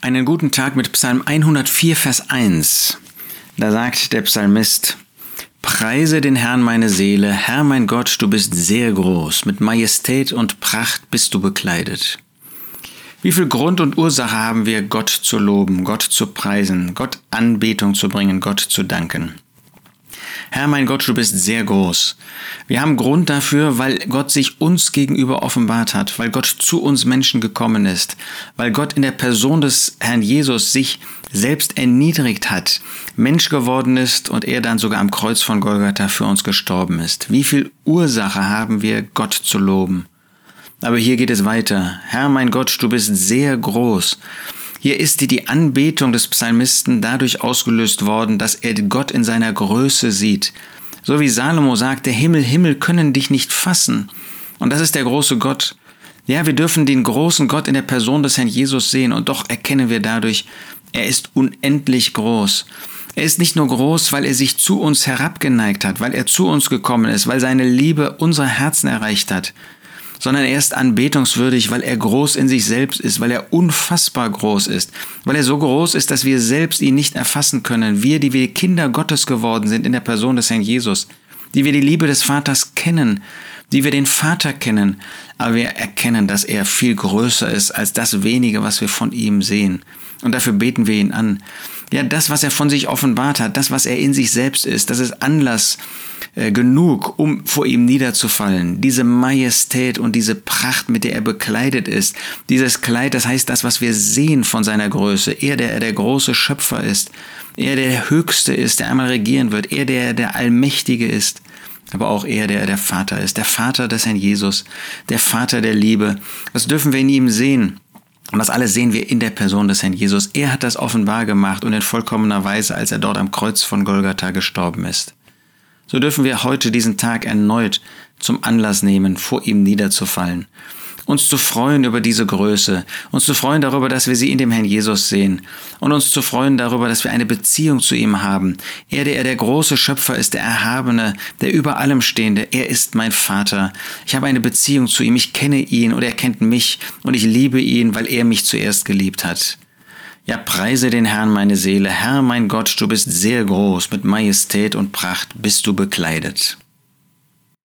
Einen guten Tag mit Psalm 104, Vers 1. Da sagt der Psalmist: Preise den Herrn meine Seele, Herr mein Gott, du bist sehr groß, mit Majestät und Pracht bist du bekleidet. Wie viel Grund und Ursache haben wir, Gott zu loben, Gott zu preisen, Gott Anbetung zu bringen, Gott zu danken. Herr mein Gott, du bist sehr groß. Wir haben Grund dafür, weil Gott sich uns gegenüber offenbart hat, weil Gott zu uns Menschen gekommen ist, weil Gott in der Person des Herrn Jesus sich selbst erniedrigt hat, Mensch geworden ist und er dann sogar am Kreuz von Golgatha für uns gestorben ist. Wie viel Ursache haben wir, Gott zu loben? Aber hier geht es weiter. Herr mein Gott, du bist sehr groß. Hier ist die Anbetung des Psalmisten dadurch ausgelöst worden, dass er Gott in seiner Größe sieht. So wie Salomo sagt, der Himmel können dich nicht fassen. Und das ist der große Gott. Ja, wir dürfen den großen Gott in der Person des Herrn Jesus sehen und doch erkennen wir dadurch, er ist unendlich groß. Er ist nicht nur groß, weil er sich zu uns herabgeneigt hat, weil er zu uns gekommen ist, weil seine Liebe unsere Herzen erreicht hat, sondern er ist anbetungswürdig, weil er groß in sich selbst ist, weil er unfassbar groß ist, weil er so groß ist, dass wir selbst ihn nicht erfassen können. Wir, die wir Kinder Gottes geworden sind in der Person des Herrn Jesus, die wir die Liebe des Vaters kennen, die wir den Vater kennen, aber wir erkennen, dass er viel größer ist als das wenige, was wir von ihm sehen. Und dafür beten wir ihn an. Ja, das, was er von sich offenbart hat, das, was er in sich selbst ist, das ist Anlass genug, um vor ihm niederzufallen. Diese Majestät und diese Pracht, mit der er bekleidet ist. Dieses Kleid, das heißt das, was wir sehen von seiner Größe. Er, der große Schöpfer ist. Er, der Höchste ist, der einmal regieren wird. Er, der Allmächtige ist. Aber auch er, der Vater ist. Der Vater des Herrn Jesus. Der Vater der Liebe. Das dürfen wir in ihm sehen. Und das alles sehen wir in der Person des Herrn Jesus. Er hat das offenbar gemacht und in vollkommener Weise, als er dort am Kreuz von Golgatha gestorben ist. So dürfen wir heute diesen Tag erneut zum Anlass nehmen, vor ihm niederzufallen. Uns zu freuen über diese Größe, uns zu freuen darüber, dass wir sie in dem Herrn Jesus sehen und uns zu freuen darüber, dass wir eine Beziehung zu ihm haben. Er, der große Schöpfer ist, der Erhabene, der über allem Stehende, er ist mein Vater. Ich habe eine Beziehung zu ihm, ich kenne ihn und er kennt mich und ich liebe ihn, weil er mich zuerst geliebt hat. Ja, preise den Herrn meine Seele, Herr mein Gott, du bist sehr groß, mit Majestät und Pracht bist du bekleidet.